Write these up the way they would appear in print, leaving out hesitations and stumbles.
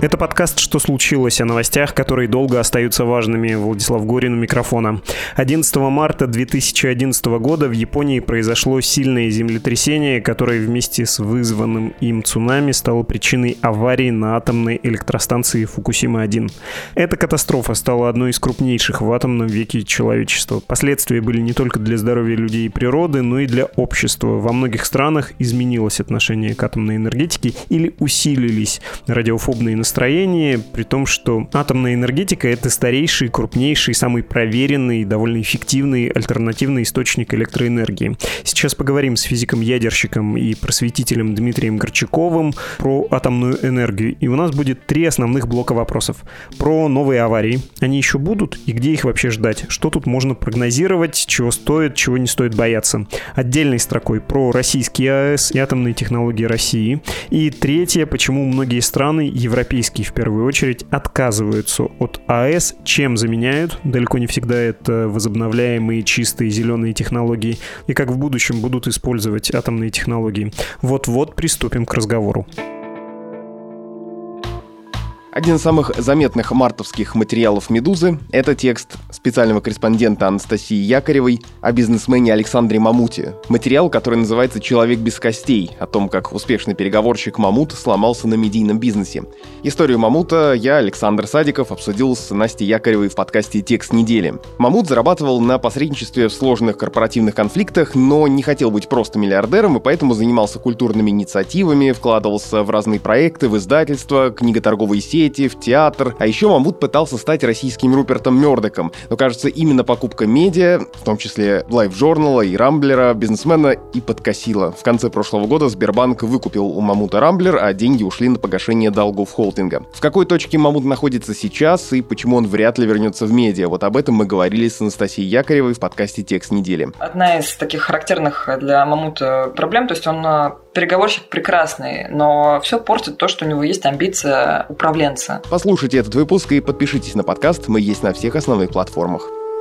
Это подкаст «Что случилось?» о новостях, которые долго остаются важными. Владислав Горин у микрофона. 11 марта 2011 года в Японии произошло сильное землетрясение, которое вместе с вызванным им цунами стало причиной аварии на атомной электростанции Фукусима-1. Эта катастрофа стала одной из крупнейших в атомном веке человечества. Последствия были не только для здоровья людей и природы, но и для общества. Во многих странах изменилось отношение к атомной энергетике или усилились радиофобные настроения, при том, что атомная энергетика — это старейший, крупнейший, самый проверенный, довольно эффективный альтернативный источник электроэнергии. Сейчас поговорим с физиком-ядерщиком и просветителем Дмитрием Горчаковым про атомную энергию. И у нас будет 3 основных блока вопросов. Про новые аварии. Они еще будут? И где их вообще ждать? Что тут можно прогнозировать? Чего стоит, чего не стоит бояться? Отдельной строкой про российские АЭС и атомные технологии России. И 3, почему многие страны, европейские в первую очередь, отказываются от АЭС, чем заменяют. Далеко не всегда это возобновляемые чистые зеленые технологии. И как в будущем будут использовать атомные технологии. Вот-вот приступим к разговору. Один из самых заметных мартовских материалов «Медузы» — это текст специального корреспондента Анастасии Якоревой о бизнесмене Александре Мамуте. Материал, который называется «Человек без костей», о том, как успешный переговорщик Мамут сломался на медийном бизнесе. Историю Мамута я, Александр Садиков, обсудил с Настей Якоревой в подкасте «Текст недели». Мамут зарабатывал на посредничестве в сложных корпоративных конфликтах, но не хотел быть просто миллиардером, и поэтому занимался культурными инициативами, вкладывался в разные проекты, в издательства, книготорговые сети, в театр. А еще Мамут пытался стать российским Рупертом Мёрдоком. Но, кажется, именно покупка медиа, в том числе Life Journal и Рамблера, бизнесмена и подкосила. В конце прошлого года Сбербанк выкупил у Мамута Рамблер, а деньги ушли на погашение долгов холдинга. В какой точке Мамут находится сейчас и почему он вряд ли вернется в медиа? Вот об этом мы говорили с Анастасией Якоревой в подкасте «Текст недели». Одна из таких характерных для Мамута проблем, то есть он переговорщик прекрасный, но все портит то, что у него есть амбиция управленца. Послушайте этот выпуск и подпишитесь на подкаст, мы есть на всех основных платформах.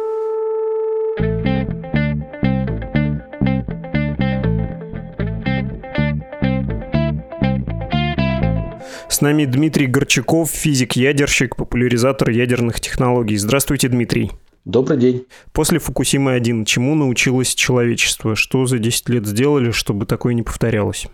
С нами Дмитрий Горчаков, физик-ядерщик, популяризатор ядерных технологий. Здравствуйте, Дмитрий. Добрый день. После Фукусимы-1 чему научилось человечество? Что за 10 лет сделали, чтобы такое не повторялось?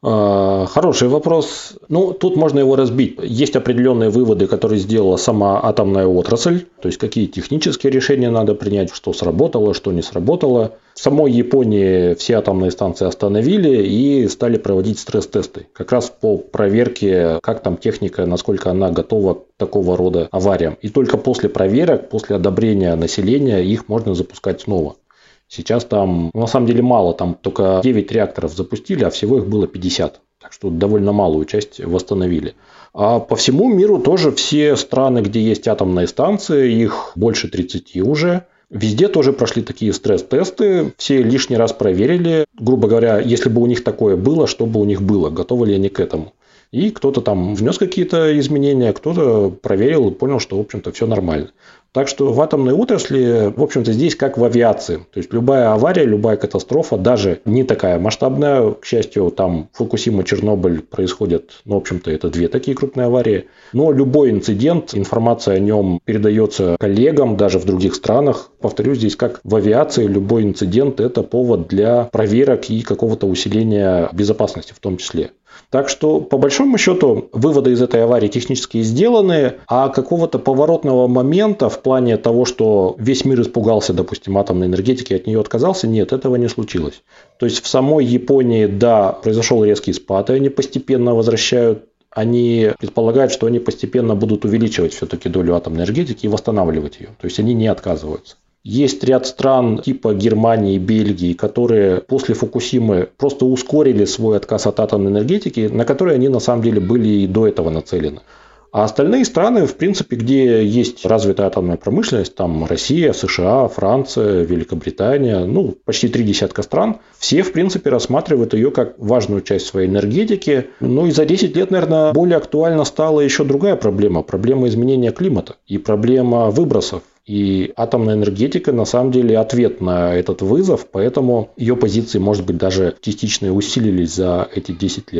Хороший вопрос. Тут можно его разбить. Есть определенные выводы, которые сделала сама атомная отрасль. То есть, какие технические решения надо принять, что сработало, что не сработало. В самой Японии все атомные станции остановили и стали проводить стресс-тесты. Как раз по проверке, как там техника, насколько она готова к такого рода авариям. И только после проверок, после одобрения населения, их можно запускать снова. Сейчас там, на самом деле, мало, там только 9 реакторов запустили, а всего их было 50. Так что довольно малую часть восстановили. А по всему миру тоже все страны, где есть атомные станции, их больше 30 уже. Везде тоже прошли такие стресс-тесты, все лишний раз проверили, грубо говоря, если бы у них такое было, что бы у них было, готовы ли они к этому. И кто-то там внес какие-то изменения, кто-то проверил и понял, что, в общем-то, все нормально. Так что в атомной отрасли, в общем-то, здесь как в авиации. То есть, любая авария, любая катастрофа, даже не такая масштабная, к счастью, там Фукусима, Чернобыль происходят, в общем-то, это 2 такие крупные аварии. Но любой инцидент, информация о нем передается коллегам, даже в других странах. Повторюсь, здесь как в авиации, любой инцидент – это повод для проверок и какого-то усиления безопасности в том числе. Так что, по большому счету, выводы из этой аварии технически сделаны, а какого-то поворотного момента в плане того, что весь мир испугался, допустим, атомной энергетики и от нее отказался, нет, этого не случилось. То есть, в самой Японии, да, произошел резкий спад, и они постепенно возвращают. Они предполагают, что они постепенно будут увеличивать все-таки долю атомной энергетики и восстанавливать ее. То есть, они не отказываются. Есть ряд стран типа Германии и Бельгии, которые после Фукусимы просто ускорили свой отказ от атомной энергетики, на которые они на самом деле были и до этого нацелены. А остальные страны, в принципе, где есть развитая атомная промышленность, там Россия, США, Франция, Великобритания, почти 30 стран, все, в принципе, рассматривают ее как важную часть своей энергетики. И за 10 лет, наверное, более актуальна стала еще другая проблема. Проблема изменения климата и проблема выбросов. И атомная энергетика, на самом деле, ответ на этот вызов, поэтому ее позиции, может быть, даже частично усилились за эти 10 лет.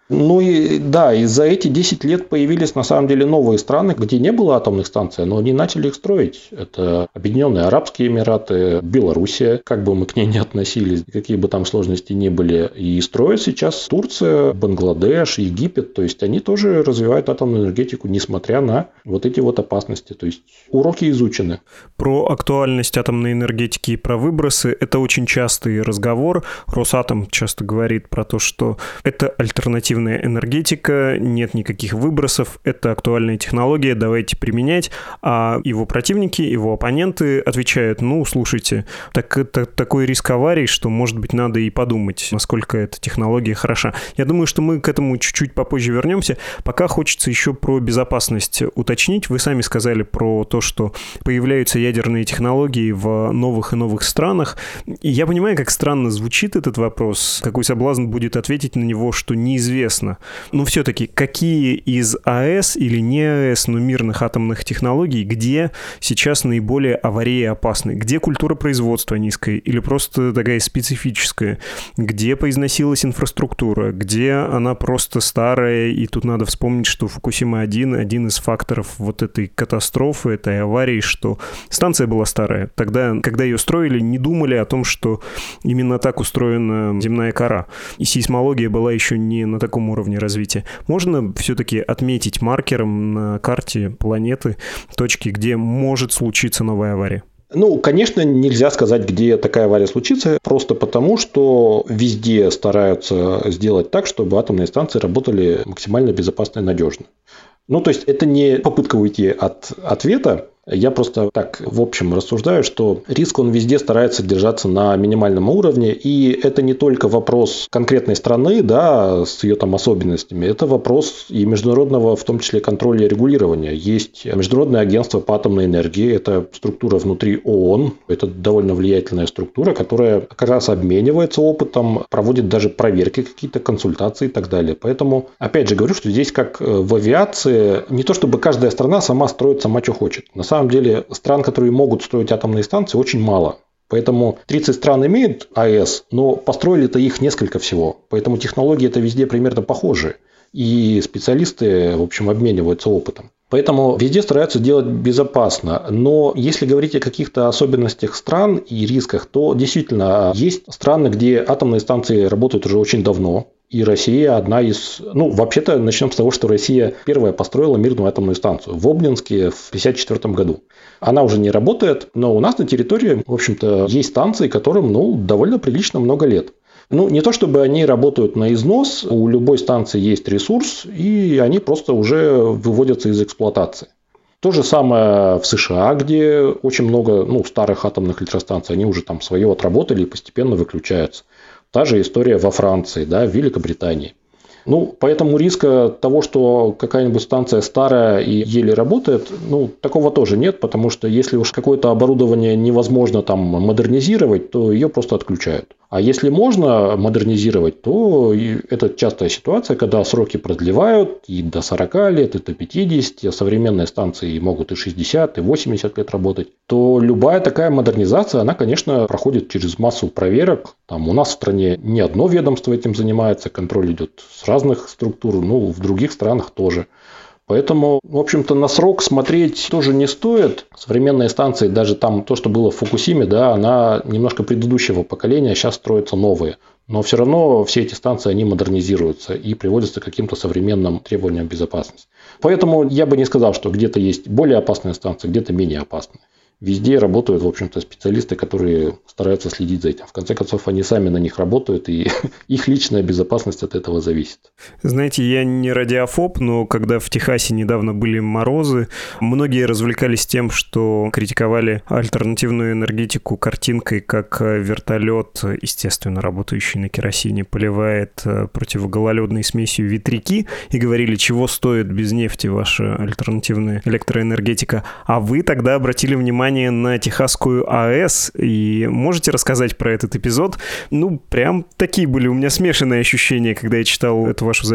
Ну и да, и за эти 10 лет появились на самом деле новые страны, где не было атомных станций, но они начали их строить. Это Объединенные Арабские Эмираты, Белоруссия, как бы мы к ней ни относились, какие бы там сложности ни были. И строят сейчас Турция, Бангладеш, Египет. То есть они тоже развивают атомную энергетику, несмотря на вот эти вот опасности. То есть уроки изучены. Про актуальность атомной энергетики и про выбросы – это очень частый разговор. Росатом часто говорит про то, что это альтернативная энергетика, нет никаких выбросов, это актуальная технология, давайте применять. А его противники, его оппоненты отвечают: ну, слушайте, так это такой риск аварий, что, может быть, надо и подумать, насколько эта технология хороша. Я думаю, что мы к этому чуть-чуть попозже вернемся. Пока хочется еще про безопасность уточнить. Вы сами сказали про то, что появляются ядерные технологии в новых и новых странах. И я понимаю, как странно звучит этот вопрос, какой соблазн будет ответить на него, что неизвестно. Но все-таки, какие из АЭС или не АЭС, но мирных атомных технологий, где сейчас наиболее аварийно-опасны? Где культура производства низкая или просто такая специфическая? Где поизносилась инфраструктура? Где она просто старая? И тут надо вспомнить, что Фукусима-1 один из факторов вот этой катастрофы, этой аварии, что станция была старая. Тогда, когда ее строили, не думали о том, что именно так устроена земная кора. И сейсмология была еще не на таком уровне развития. Можно все-таки отметить маркером на карте планеты точки, где может случиться новая авария? Ну, конечно, нельзя сказать, где такая авария случится, просто потому, что везде стараются сделать так, чтобы атомные станции работали максимально безопасно и надежно. Ну, то есть, это не попытка уйти от ответа. Я просто так в общем рассуждаю, что риск он везде старается держаться на минимальном уровне, и это не только вопрос конкретной страны, да, с ее там особенностями, это вопрос и международного, в том числе, контроля и регулирования. Есть Международное агентство по атомной энергии, это структура внутри ООН, это довольно влиятельная структура, которая как раз обменивается опытом, проводит даже проверки какие-то, консультации и так далее. Поэтому, опять же говорю, что здесь как в авиации, не то чтобы каждая страна сама строит сама, что хочет. На самом деле стран, которые могут строить атомные станции, очень мало. Поэтому 30 стран имеют АЭС, но построили-то их несколько всего. Поэтому технологии-то везде примерно похожи. И специалисты, в общем, обмениваются опытом. Поэтому везде стараются делать безопасно. Но если говорить о каких-то особенностях стран и рисках, то действительно есть страны, где атомные станции работают уже очень давно. И Россия одна из... Ну, вообще-то, начнем с того, что Россия первая построила мирную атомную станцию в Обнинске в 1954 году. Она уже не работает, но у нас на территории, в общем-то, есть станции, которым, довольно прилично много лет. Не то чтобы они работают на износ, у любой станции есть ресурс, и они просто уже выводятся из эксплуатации. То же самое в США, где очень много старых атомных электростанций, они уже там свое отработали и постепенно выключаются. Та же история во Франции, да, в Великобритании. Поэтому риска того, что какая-нибудь станция старая и еле работает, такого тоже нет, потому что если уж какое-то оборудование невозможно там модернизировать, то ее просто отключают. А если можно модернизировать, то это частая ситуация, когда сроки продлевают и до 40 лет, и до 50, а современные станции могут и 60, и 80 лет работать, то любая такая модернизация, она, конечно, проходит через массу проверок. Там у нас в стране не одно ведомство этим занимается, контроль идет с разных структур, в других странах тоже. Поэтому, в общем-то, на срок смотреть тоже не стоит. Современные станции, даже там то, что было в Фукусиме, да, она немножко предыдущего поколения, сейчас строятся новые. Но все равно все эти станции, они модернизируются и приводятся к каким-то современным требованиям безопасности. Поэтому я бы не сказал, что где-то есть более опасные станции, где-то менее опасные. Везде работают, в общем-то, специалисты, которые стараются следить за этим. В конце концов, они сами на них работают, и их личная безопасность от этого зависит. Знаете, я не радиофоб, но когда в Техасе недавно были морозы, многие развлекались тем, что критиковали альтернативную энергетику картинкой, как вертолет, естественно, работающий на керосине, поливает противогололедной смесью ветряки, и говорили, чего стоит без нефти ваша альтернативная электроэнергетика. А вы тогда обратили внимание на Техасскую АЭС, и можете рассказать про этот эпизод? Прям такие были у меня смешанные ощущения, когда я читал эту вашу запись.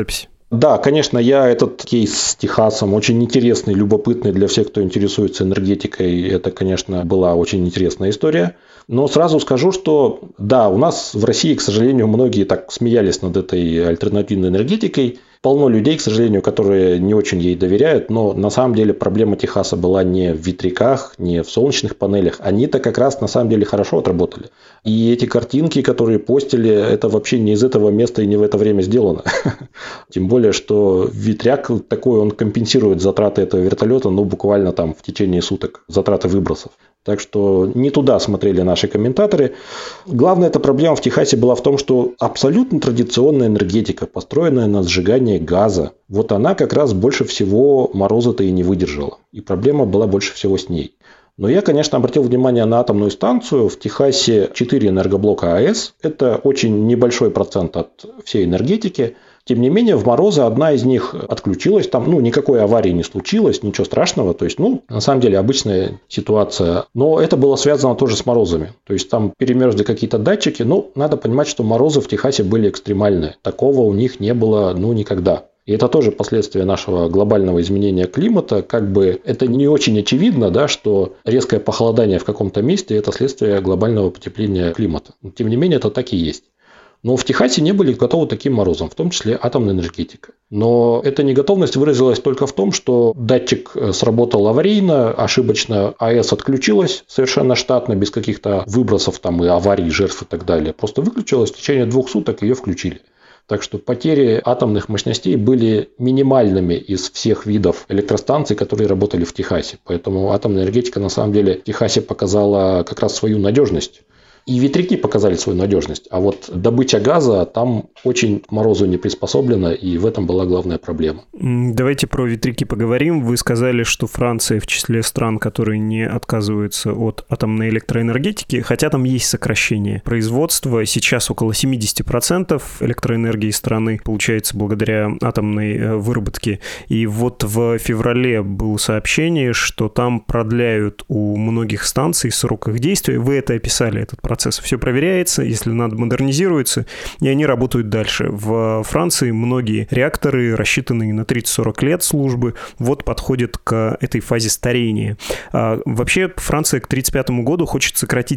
Да, конечно, я этот кейс с Техасом очень интересный, любопытный для всех, кто интересуется энергетикой. Это, конечно, была очень интересная история. Но сразу скажу, что да, у нас в России, к сожалению, многие так смеялись над этой альтернативной энергетикой. Полно людей, к сожалению, которые не очень ей доверяют, но на самом деле проблема Техаса была не в ветряках, не в солнечных панелях. Они-то как раз на самом деле хорошо отработали. И эти картинки, которые постили, это вообще не из этого места и не в это время сделано. Тем более, что ветряк такой, он компенсирует затраты этого вертолета, ну, буквально там в течение суток, затраты выбросов. Так что не туда смотрели наши комментаторы. Главная эта проблема в Техасе была в том, что абсолютно традиционная энергетика, построенная на сжигании газа, вот она как раз больше всего мороза-то и не выдержала. И проблема была больше всего с ней. Но я, конечно, обратил внимание на атомную станцию. В Техасе 4 энергоблока АЭС. Это очень небольшой процент от всей энергетики. Тем не менее, в морозы одна из них отключилась. Там, никакой аварии не случилось, ничего страшного. То есть, на самом деле, обычная ситуация. Но это было связано тоже с морозами. То есть, там перемерзли какие-то датчики. Надо понимать, что морозы в Техасе были экстремальные. Такого у них не было, никогда. И это тоже последствия нашего глобального изменения климата. Как бы это не очень очевидно, да, что резкое похолодание в каком-то месте – это следствие глобального потепления климата. Но, тем не менее, это так и есть. Но в Техасе не были готовы таким морозом, в том числе атомная энергетика. Но эта неготовность выразилась только в том, что датчик сработал аварийно, ошибочно АЭС отключилась совершенно штатно, без каких-то выбросов там, и аварий, жертв и так далее. Просто выключилась, в течение 2 суток ее включили. Так что потери атомных мощностей были минимальными из всех видов электростанций, которые работали в Техасе. Поэтому атомная энергетика на самом деле в Техасе показала как раз свою надежность. И ветряки показали свою надежность. А вот добыча газа там очень к морозу не приспособлена, и в этом была главная проблема. Давайте про ветряки поговорим. Вы сказали, что Франция в числе стран, которые не отказываются от атомной электроэнергетики, хотя там есть сокращение производства. Сейчас около 70% электроэнергии страны получается благодаря атомной выработке. И вот в феврале было сообщение, что там продляют у многих станций срок их действия. Вы это описали, этот процесс. Все проверяется, если надо, модернизируется, и они работают дальше. В Франции многие реакторы, рассчитанные на 30-40 лет службы, вот подходят к этой фазе старения. Вообще Франция к 1935 году хочет сократить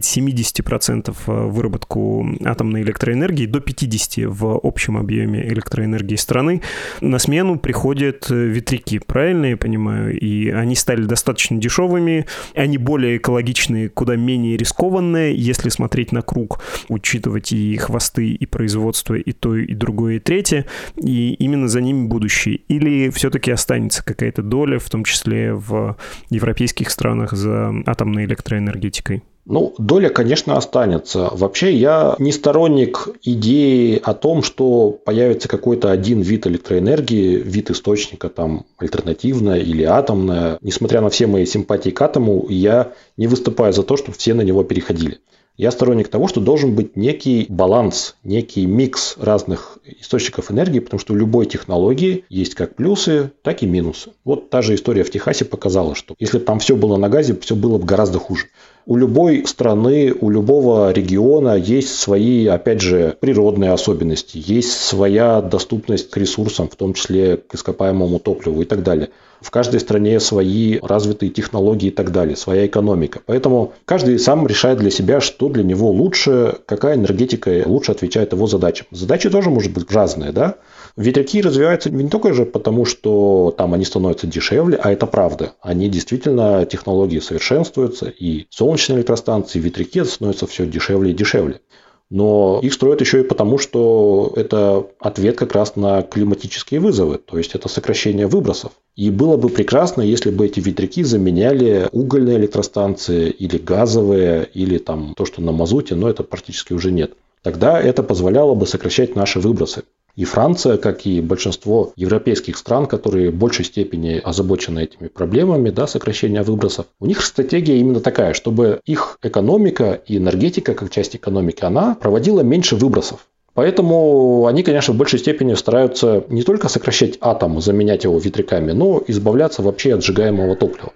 70% выработку атомной электроэнергии до 50% в общем объеме электроэнергии страны. На смену приходят ветряки, правильно я понимаю? И они стали достаточно дешевыми, они более экологичные, куда менее рискованные, если смотреть на круг, учитывать и хвосты, и производство, и то, и другое, и третье, и именно за ними будущее. Или все-таки останется какая-то доля, в том числе в европейских странах, за атомной электроэнергетикой? Доля, конечно, останется. Вообще, я не сторонник идеи о том, что появится какой-то один вид электроэнергии, вид источника, там, альтернативная или атомная. Несмотря на все мои симпатии к атому, я не выступаю за то, чтобы все на него переходили. Я сторонник того, что должен быть некий баланс, некий микс разных источников энергии, потому что у любой технологии есть как плюсы, так и минусы. Вот та же история в Техасе показала, что если бы там все было на газе, все было бы гораздо хуже. У любой страны, у любого региона есть свои, опять же, природные особенности, есть своя доступность к ресурсам, в том числе к ископаемому топливу и так далее. В каждой стране свои развитые технологии и так далее, своя экономика. Поэтому каждый сам решает для себя, что для него лучше, какая энергетика лучше отвечает его задачам. Задачи тоже могут быть разные, да? Ветряки развиваются не только же потому, что там они становятся дешевле, а это правда. Они действительно, технологии совершенствуются, и солнечные электростанции, и ветряки становятся все дешевле и дешевле. Но их строят еще и потому, что это ответ как раз на климатические вызовы, то есть это сокращение выбросов. И было бы прекрасно, если бы эти ветряки заменяли угольные электростанции или газовые, или там то, что на мазуте, но это практически уже нет. Тогда это позволяло бы сокращать наши выбросы. И Франция, как и большинство европейских стран, которые в большей степени озабочены этими проблемами, да, сокращения выбросов, у них стратегия именно такая, чтобы их экономика и энергетика, как часть экономики, она проводила меньше выбросов. Поэтому они, конечно, в большей степени стараются не только сокращать атом, заменять его ветряками, но избавляться вообще от сжигаемого топлива.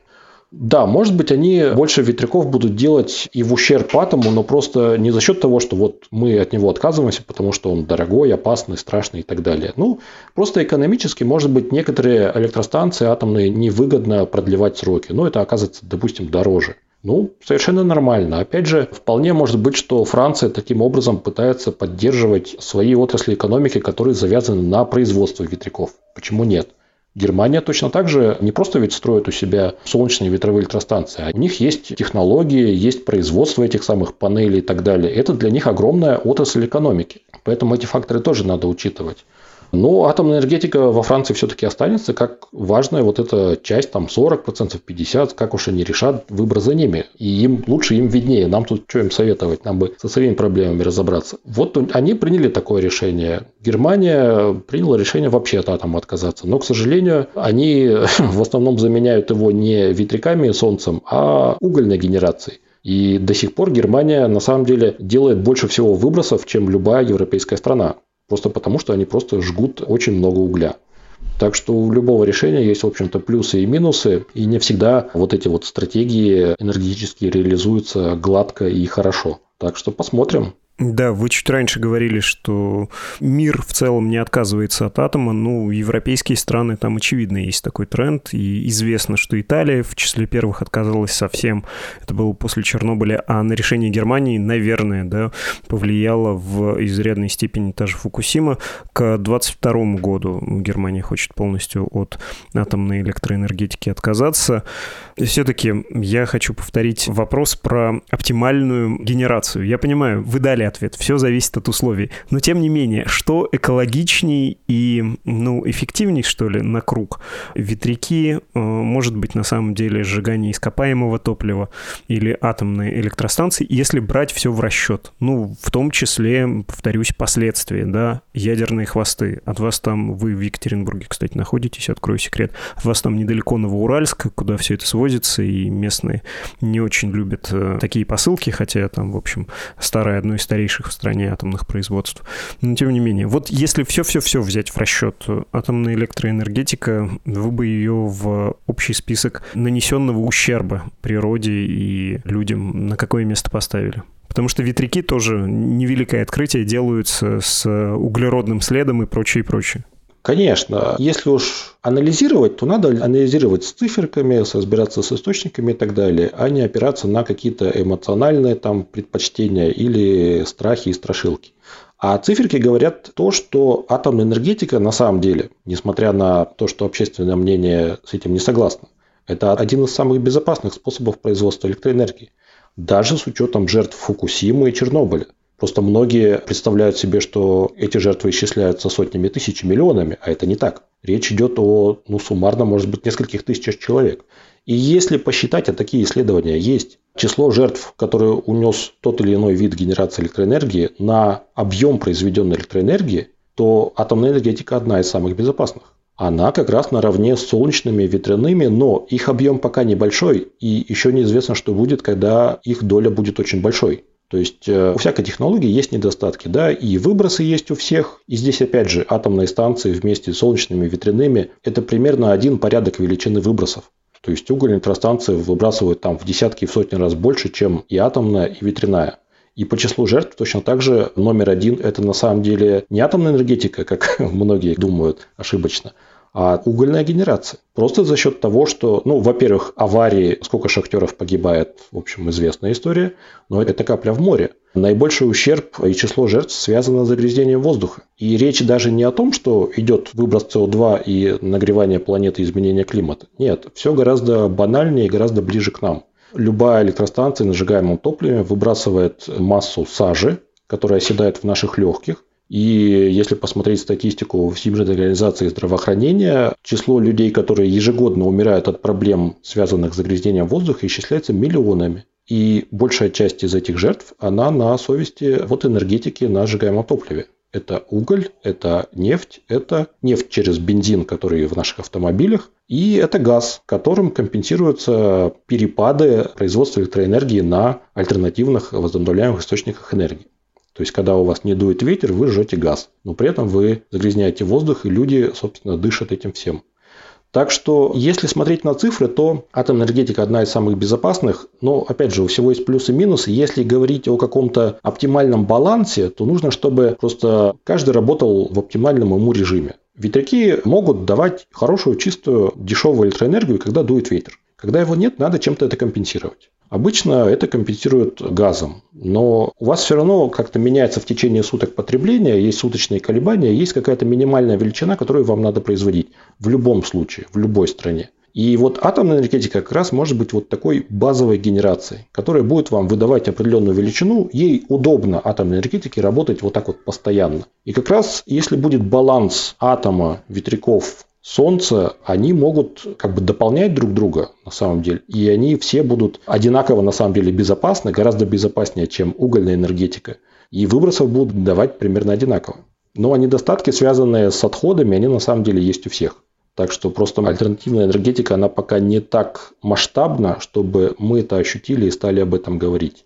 Да, может быть, они больше ветряков будут делать и в ущерб атому, но просто не за счет того, что вот мы от него отказываемся, потому что он дорогой, опасный, страшный и так далее. Просто экономически, может быть, некоторые электростанции атомные невыгодно продлевать сроки. Это оказывается, допустим, дороже. Совершенно нормально. Опять же, вполне может быть, что Франция таким образом пытается поддерживать свои отрасли экономики, которые завязаны на производство ветряков. Почему нет? Германия точно так же не просто ведь строит у себя солнечные ветровые электростанции, а у них есть технологии, есть производство этих самых панелей и так далее. Это для них огромная отрасль экономики. Поэтому эти факторы тоже надо учитывать. Атомная энергетика во Франции все-таки останется как важная вот эта часть, 40%, 50%, как уж они решат, выбор за ними. И им лучше, им виднее. Нам тут что им советовать, нам бы со своими проблемами разобраться. Вот они приняли такое решение. Германия приняла решение вообще от атома отказаться. Но, к сожалению, они в основном заменяют его не ветряками и солнцем, а угольной генерацией. И до сих пор Германия на самом деле делает больше всего выбросов, чем любая европейская страна. Просто потому, что они просто жгут очень много угля. Так что у любого решения есть, в общем-то, плюсы и минусы. И не всегда вот эти вот стратегии энергетические реализуются гладко и хорошо. Так что посмотрим. Да, вы чуть раньше говорили, что мир в целом не отказывается от атома. Европейские страны, там очевидно есть такой тренд. И известно, что Италия в числе первых отказалась совсем. Это было после Чернобыля. А на решение Германии, наверное, повлияла в изрядной степени та же Фукусима. К 2022 году Германия хочет полностью от атомной электроэнергетики отказаться. Все-таки я хочу повторить вопрос про оптимальную генерацию. Я понимаю, вы дали ответ, все зависит от условий. Но тем не менее, что экологичней и эффективней, что ли, на круг? Ветряки, может быть, на самом деле сжигание ископаемого топлива или атомные электростанции, если брать все в расчет. В том числе, повторюсь, последствия, ядерные хвосты. От вас вы в Екатеринбурге, кстати, находитесь, открою секрет. От вас там недалеко Новоуральск, куда все это свозится, и местные не очень любят такие посылки, хотя там, в общем, старое одно из старейших в стране атомных производств. Но тем не менее, вот если все взять в расчет, атомная электроэнергетика, вы бы ее в общий список нанесенного ущерба природе и людям на какое место поставили? Потому что ветряки тоже невеликое открытие делаются с углеродным следом и прочее, прочее. Конечно, если уж анализировать, то надо анализировать с циферками, разбираться с источниками и так далее, а не опираться на какие-то эмоциональные предпочтения или страхи и страшилки. А циферки говорят то, что атомная энергетика на самом деле, несмотря на то, что общественное мнение с этим не согласно, это один из самых безопасных способов производства электроэнергии, даже с учетом жертв Фукусимы и Чернобыля. Просто многие представляют себе, что эти жертвы исчисляются сотнями тысяч, миллионами, а это не так. Речь идет о, суммарно, может быть, нескольких тысячах человек. И если посчитать, а такие исследования есть, число жертв, которые унес тот или иной вид генерации электроэнергии на объем произведенной электроэнергии, то атомная энергетика одна из самых безопасных. Она как раз наравне с солнечными, ветряными, но их объем пока небольшой, и еще неизвестно, что будет, когда их доля будет очень большой. То есть у всякой технологии есть недостатки, и выбросы есть у всех. И здесь опять же атомные станции вместе с солнечными, ветряными – это примерно один порядок величины выбросов. То есть угольные электростанции выбрасывают в десятки и в сотни раз больше, чем и атомная, и ветряная. И по числу жертв точно так же номер один – это на самом деле не атомная энергетика, как многие думают ошибочно, а угольная генерация. Просто за счет того, что, во-первых, аварии, сколько шахтеров погибает, в общем, известная история, но это капля в море. Наибольший ущерб и число жертв связано с загрязнением воздуха. И речь даже не о том, что идет выброс СО2 и нагревание планеты, изменение климата. Нет, все гораздо банальнее и гораздо ближе к нам. Любая электростанция на сжигаемом топливе выбрасывает массу сажи, которая оседает в наших легких. И если посмотреть статистику Всемирной организации здравоохранения, число людей, которые ежегодно умирают от проблем, связанных с загрязнением воздуха, исчисляется миллионами. И большая часть из этих жертв, она на совести энергетики на сжигаемом топливе. Это уголь, это нефть через бензин, который в наших автомобилях, и это газ, которым компенсируются перепады производства электроэнергии на альтернативных возобновляемых источниках энергии. То есть, когда у вас не дует ветер, вы жжете газ, но при этом вы загрязняете воздух, и люди, собственно, дышат этим всем. Так что, если смотреть на цифры, то атомная энергетика одна из самых безопасных. Но, опять же, у всего есть плюсы и минусы. Если говорить о каком-то оптимальном балансе, то нужно, чтобы просто каждый работал в оптимальном ему режиме. Ветряки могут давать хорошую, чистую, дешевую электроэнергию, когда дует ветер. Когда его нет, надо чем-то это компенсировать. Обычно это компенсируют газом, но у вас все равно как-то меняется в течение суток потребление, есть суточные колебания, есть какая-то минимальная величина, которую вам надо производить в любом случае, в любой стране. И вот атомная энергетика как раз может быть вот такой базовой генерацией, которая будет вам выдавать определенную величину. Ей удобно атомной энергетике работать вот так вот постоянно. И как раз если будет баланс атома, ветряков, Солнца, они могут как бы дополнять друг друга на самом деле. И они все будут одинаково на самом деле безопасны, гораздо безопаснее, чем угольная энергетика. И выбросов будут давать примерно одинаково. Но недостатки, связанные с отходами, они на самом деле есть у всех. Так что просто альтернативная энергетика, она пока не так масштабна, чтобы мы это ощутили и стали об этом говорить.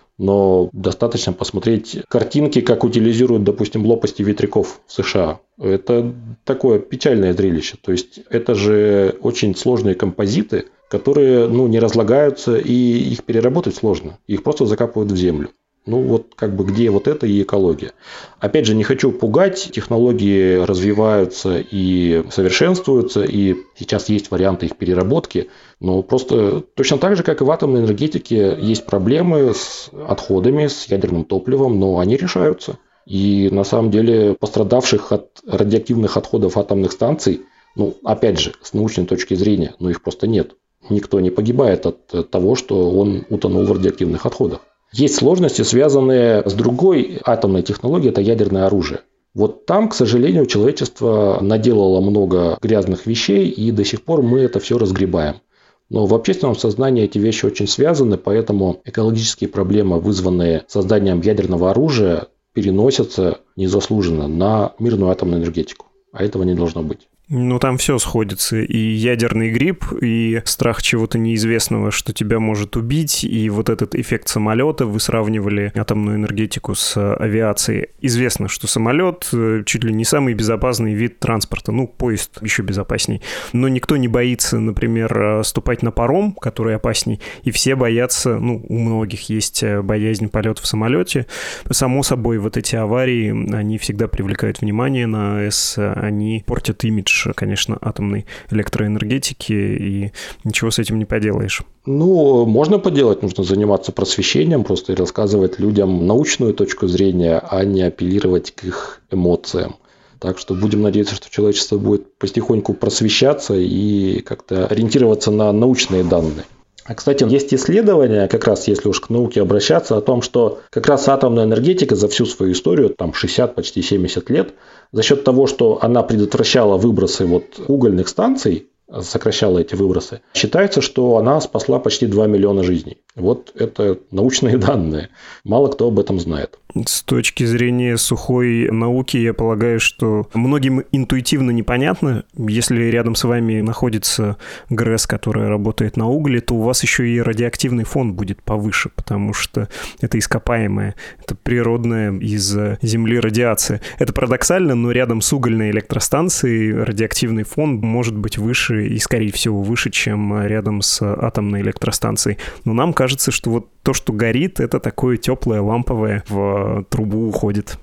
Но достаточно посмотреть картинки, как утилизируют, допустим, лопасти ветряков в США. Это такое печальное зрелище. То есть это же очень сложные композиты, которые не разлагаются, и их переработать сложно. Их просто закапывают в землю. Вот как бы где вот это и экология. Опять же, не хочу пугать, технологии развиваются и совершенствуются, и сейчас есть варианты их переработки, но просто точно так же, как и в атомной энергетике, есть проблемы с отходами, с ядерным топливом, но они решаются. И на самом деле пострадавших от радиоактивных отходов атомных станций, опять же, с научной точки зрения, их просто нет. Никто не погибает от того, что он утонул в радиоактивных отходах. Есть сложности, связанные с другой атомной технологией, это ядерное оружие. Вот там, к сожалению, человечество наделало много грязных вещей, и до сих пор мы это все разгребаем. Но в общественном сознании эти вещи очень связаны, поэтому экологические проблемы, вызванные созданием ядерного оружия, переносятся незаслуженно на мирную атомную энергетику. А этого не должно быть. Там все сходится. И ядерный грипп, и страх чего-то неизвестного, что тебя может убить, и вот этот эффект самолета. Вы сравнивали атомную энергетику с авиацией. Известно, что самолет чуть ли не самый безопасный вид транспорта. Поезд еще безопасней. Но никто не боится, например, ступать на паром, который опасней. И все боятся, у многих есть боязнь полета в самолете. Само собой, вот эти аварии, они всегда привлекают внимание на АЭС, они портят имидж, конечно, атомной электроэнергетики, и ничего с этим не поделаешь. Можно поделать, нужно заниматься просвещением, просто рассказывать людям научную точку зрения, а не апеллировать к их эмоциям. Так что будем надеяться, что человечество будет потихоньку просвещаться и как-то ориентироваться на научные данные. А, кстати, есть исследования, как раз если уж к науке обращаться, о том, что как раз атомная энергетика за всю свою историю, 60, почти 70 лет, за счет того, что она предотвращала выбросы угольных станций, сокращала эти выбросы, считается, что она спасла почти 2 миллиона жизней. Это научные данные. Мало кто об этом знает. С точки зрения сухой науки, я полагаю, что многим интуитивно непонятно. Если рядом с вами находится ГРЭС, которая работает на угле, то у вас еще и радиоактивный фон будет повыше, потому что это ископаемое, это природная из Земли радиация. Это парадоксально, но рядом с угольной электростанцией радиоактивный фон может быть выше и, скорее всего, выше, чем рядом с атомной электростанцией. Но нам кажется, что то, что горит, это такое теплое, ламповое, в трубу уходит.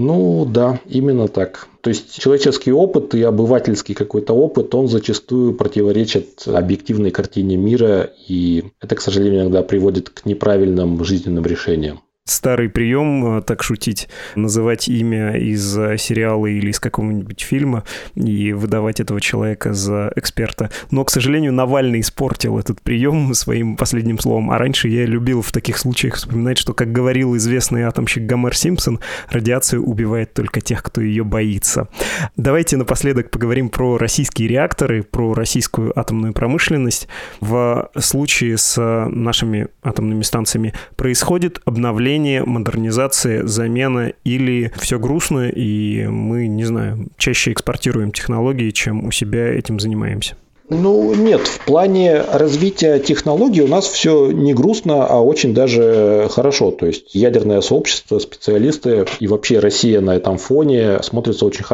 Да, именно так. То есть человеческий опыт и обывательский какой-то опыт, он зачастую противоречит объективной картине мира, и это, к сожалению, иногда приводит к неправильным жизненным решениям. Старый прием, так шутить, называть имя из сериала или из какого-нибудь фильма и выдавать этого человека за эксперта. Но, к сожалению, Навальный испортил этот прием своим последним словом. А раньше я любил в таких случаях вспоминать, что, как говорил известный атомщик Гомер Симпсон, радиация убивает только тех, кто ее боится. Давайте напоследок поговорим про российские реакторы, про российскую атомную промышленность. В случае с нашими атомными станциями происходит обновление, модернизация, замена, или все грустно, и мы, чаще экспортируем технологии, чем у себя этим занимаемся? Нет, в плане развития технологий у нас все не грустно, а очень даже хорошо. То есть ядерное сообщество, специалисты и вообще Россия на этом фоне смотрится очень хорошо.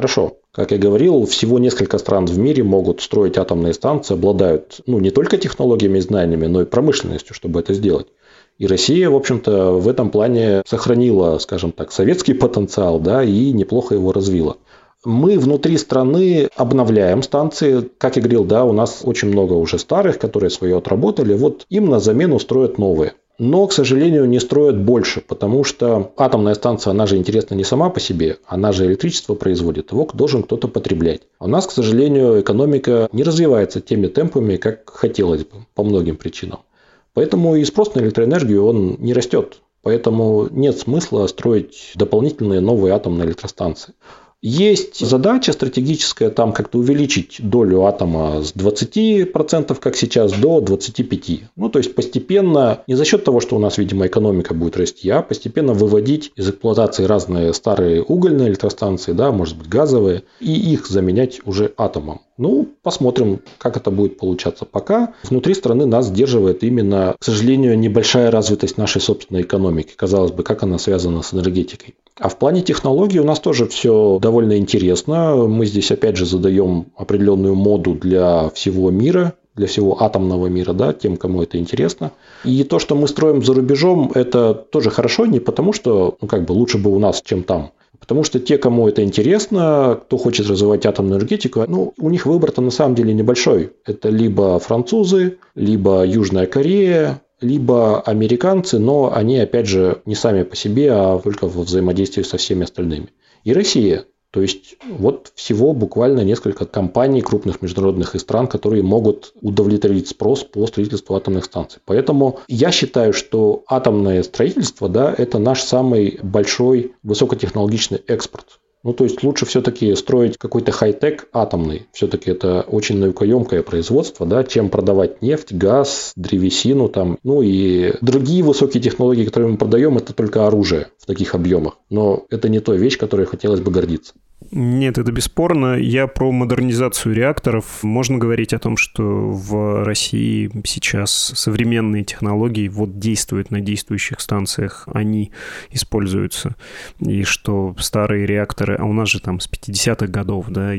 Как я говорил, всего несколько стран в мире могут строить атомные станции, обладают не только технологиями и знаниями, но и промышленностью, чтобы это сделать. И Россия, в общем-то, в этом плане сохранила, скажем так, советский потенциал, да, и неплохо его развила. Мы внутри страны обновляем станции. Как я говорил, да, у нас очень много уже старых, которые свое отработали. Вот им на замену строят новые. Но, к сожалению, не строят больше, потому что атомная станция, она же интересна не сама по себе, она же электричество производит, его должен кто-то потреблять. А у нас, к сожалению, экономика не развивается теми темпами, как хотелось бы, по многим причинам. Поэтому и спрос на электроэнергию, он не растет. Поэтому нет смысла строить дополнительные новые атомные электростанции. Есть задача стратегическая там как-то увеличить долю атома с 20%, как сейчас, до 25%. То есть постепенно, не за счет того, что у нас, видимо, экономика будет расти, а постепенно выводить из эксплуатации разные старые угольные электростанции, да, может быть, газовые, и их заменять уже атомом. Посмотрим, как это будет получаться. Пока внутри страны нас сдерживает именно, к сожалению, небольшая развитость нашей собственной экономики. Казалось бы, как она связана с энергетикой. А в плане технологий у нас тоже все довольно интересно. Мы здесь, опять же, задаем определенную моду для всего мира, для всего атомного мира, да, тем, кому это интересно. И то, что мы строим за рубежом, это тоже хорошо, не потому что лучше бы у нас, чем там. Потому что те, кому это интересно, кто хочет развивать атомную энергетику, у них выбор-то на самом деле небольшой. Это либо французы, либо Южная Корея, либо американцы, но они, опять же, не сами по себе, а только во взаимодействии со всеми остальными. И Россия. То есть, вот всего буквально несколько компаний крупных международных и стран, которые могут удовлетворить спрос по строительству атомных станций. Поэтому я считаю, что атомное строительство, да, это наш самый большой высокотехнологичный экспорт. То есть, лучше все-таки строить какой-то хай-тек атомный. Все-таки это очень наукоемкое производство, да, чем продавать нефть, газ, древесину там. И другие высокие технологии, которые мы продаем, это только оружие в таких объемах. Но это не та вещь, которой хотелось бы гордиться. Нет, это бесспорно. Я про модернизацию реакторов. Можно говорить о том, что в России сейчас современные технологии действуют на действующих станциях, они используются. И что старые реакторы, а у нас же там с 50-х годов, да,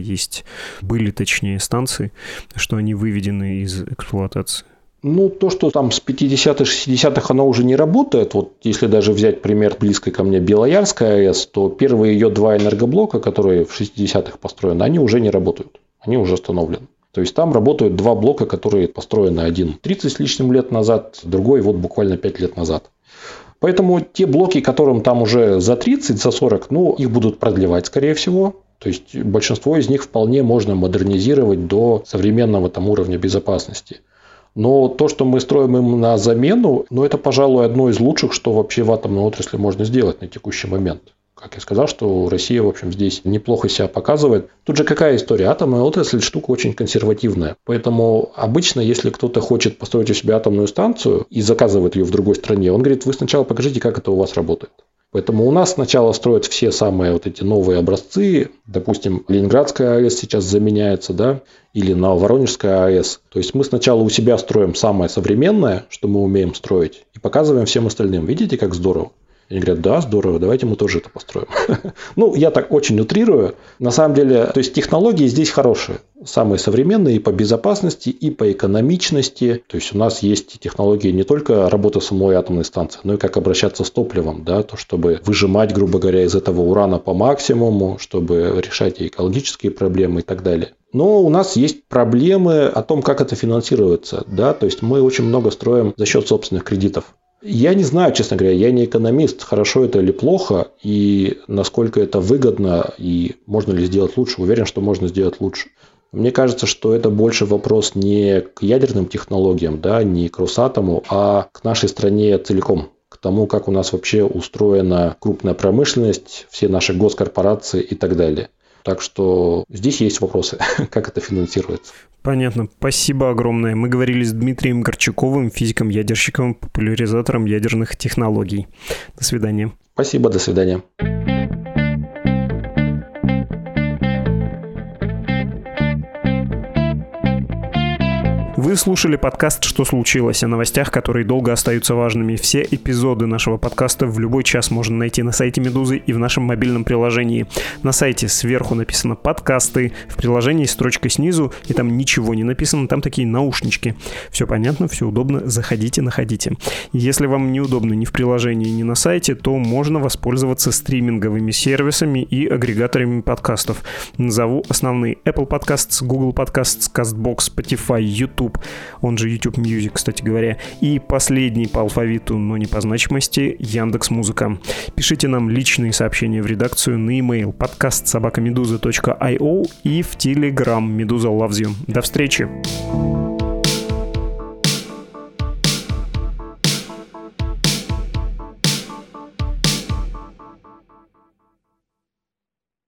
были станции, что они выведены из эксплуатации. То, что там с 50-х, 60-х оно уже не работает, если даже взять пример близкой ко мне Белоярская АЭС, то первые ее 2 энергоблока, которые в 60-х построены, они уже не работают, они уже остановлены. То есть там работают 2 блока, которые построены, один 30 с лишним лет назад, другой буквально 5 лет назад. Поэтому те блоки, которым там уже за 30, за 40, их будут продлевать, скорее всего. То есть большинство из них вполне можно модернизировать до современного уровня безопасности. Но то, что мы строим им на замену, это, пожалуй, одно из лучших, что вообще в атомной отрасли можно сделать на текущий момент. Как я сказал, что Россия, в общем, здесь неплохо себя показывает. Тут же какая история? Атомная отрасль штука очень консервативная. Поэтому обычно, если кто-то хочет построить у себя атомную станцию и заказывает ее в другой стране, он говорит, вы сначала покажите, как это у вас работает. Поэтому у нас сначала строят все самые эти новые образцы. Допустим, Ленинградская АЭС сейчас заменяется, да, или Воронежская АЭС. То есть мы сначала у себя строим самое современное, что мы умеем строить, и показываем всем остальным. Видите, как здорово? Они говорят, да, здорово, давайте мы тоже это построим. Я так очень утрирую. На самом деле, то есть технологии здесь хорошие. Самые современные и по безопасности, и по экономичности. То есть у нас есть технологии не только работы самой атомной станции, но и как обращаться с топливом, да, то чтобы выжимать, грубо говоря, из этого урана по максимуму, чтобы решать и экологические проблемы и так далее. Но у нас есть проблемы о том, как это финансируется, да, то есть мы очень много строим за счет собственных кредитов. Я не знаю, честно говоря, я не экономист, хорошо это или плохо, и насколько это выгодно, и можно ли сделать лучше. Уверен, что можно сделать лучше. Мне кажется, что это больше вопрос не к ядерным технологиям, да, не к Росатому, а к нашей стране целиком. К тому, как у нас вообще устроена крупная промышленность, все наши госкорпорации и так далее. Так что здесь есть вопросы, как это финансируется. Понятно. Спасибо огромное. Мы говорили с Дмитрием Горчаковым, физиком-ядерщиком, популяризатором ядерных технологий. До свидания. Спасибо, до свидания. Вы слушали подкаст «Что случилось?» о новостях, которые долго остаются важными. Все эпизоды нашего подкаста в любой час можно найти на сайте «Медузы» и в нашем мобильном приложении. На сайте сверху написано «Подкасты», в приложении строчка снизу, и там ничего не написано, там такие наушнички. Все понятно, все удобно, заходите, находите. Если вам неудобно ни в приложении, ни на сайте, то можно воспользоваться стриминговыми сервисами и агрегаторами подкастов. Назову основные: Apple Podcasts, Google Podcasts, CastBox, Spotify, YouTube, он же YouTube Music, кстати говоря, и последний по алфавиту, но не по значимости, Яндекс.Музыка. Пишите нам личные сообщения в редакцию на e-mail podcast@meduza.io и в Telegram Meduza Loves You. До встречи!